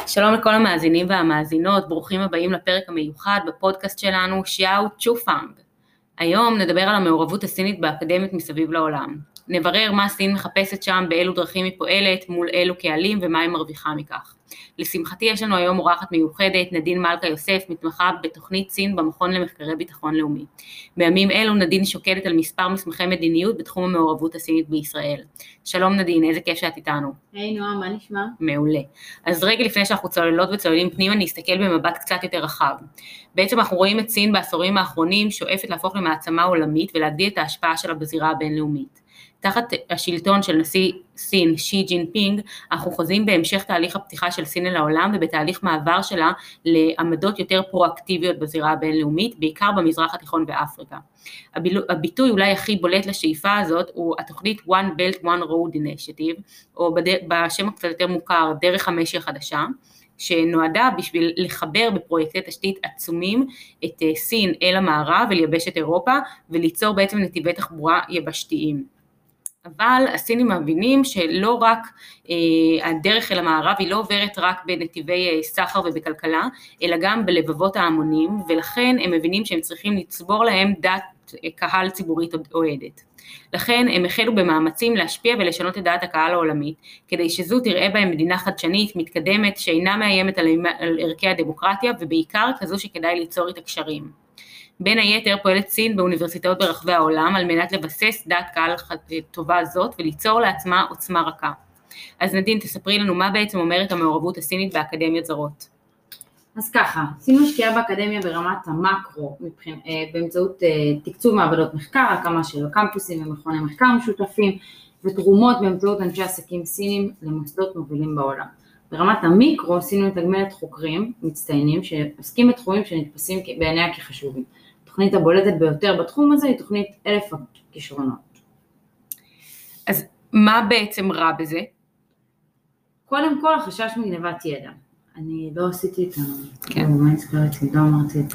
שלום לכל המאזינים והמאזינות, ברוכים הבאים לפרק המיוחד בפודקאסט שלנו, שיאו צ'ופאנג. היום נדבר על המעורבות הסינית באקדמיות מסביב לעולם. נברר מה סין מחפשת שם, באילו דרכים היא פועלת, מול אילו קהלים ומה היא מרוויחה מכך. לשמחתי יש לנו היום אורחת מיוחדת, נדין מלכה יוסף, מתמחה בתוכנית סין במכון למחקרי ביטחון לאומי. בימים אלו נדין שוקדת על מספר מסמכי מדיניות בתחום המעורבות הסינית בישראל. שלום נדין, איזה כיף שאת איתנו. היי נועה, מה נשמע? מעולה. אז רגע לפני שאנחנו צוללות וצוללים פנימה, נסתכל במבט קצת יותר רחב. בעצם אנחנו רואים את סין בעשורים האחרונים שואפת להפוך למעצמה עולמית ולהגדיל את ההשפעה שלה בזירה הבינלאומית. תחת השלטון של נשיא סין, שי ג'ינפינג, אנחנו חוזים בהמשך תהליך הפתיחה של סין אל העולם ובתהליך מעבר שלה לעמדות יותר פרואקטיביות בזירה הבינלאומית, בעיקר במזרח התיכון ואפריקה. הביטוי אולי הכי בולט לשאיפה הזאת הוא התוכנית One Belt One Road Initiative, או בשם הקצת יותר מוכר, דרך המשי החדשה, שנועדה בשביל לחבר בפרויקטי תשתית עצומים את סין אל המערב, אל יבשת אירופה, וליצור בעצם נתיבי תחבורה יבשתיים. אבל הסינים מבינים שלא רק הדרך אל המערב היא לא עוברת רק בנתיבי סחר ובכלכלה, אלא גם בלבבות ההמונים, ולכן הם מבינים שהם צריכים לצבור להם דעת קהל ציבורית אוהדת. לכן הם החלו במאמצים להשפיע ולשנות את דעת הקהל העולמית, כדי שזו תראה בהם מדינה חדשנית, מתקדמת, שאינה מאיימת על ערכי הדמוקרטיה, ובעיקר כזו שכדאי ליצור את הקשרים. בין היתר פועלת סין באוניברסיטאות ברחבי העולם על מנת לבסס דעת קהל טובה זאת וליצור לעצמה עוצמה רכה. אז נדין, תספרי לנו מה בעצם אומרת המעורבות הסינית באקדמיות זרות. אז ככה, סין משקיעה באקדמיה ברמת המקרו, באמצעות תקצוב מעבדות מחקר, הקמה של קמפוסים ומכוני מחקר משותפים, ותרומות באמצעות אנשי עסקים סינים למוסדות מובילים בעולם. ברמת המיקרו, סין מתגמלת חוקרים מצטיינים שעוסקים בתחומים שנתפסים בעיניה כחשובים. התוכנית הבולטת ביותר בתחום הזה היא תוכנית 1000 הכישרונות. אז מה בעצם רע בזה? קודם כל, החשש מגנבת ידע. אני לא עשיתי את מה הזכרתי, לא אמרתי את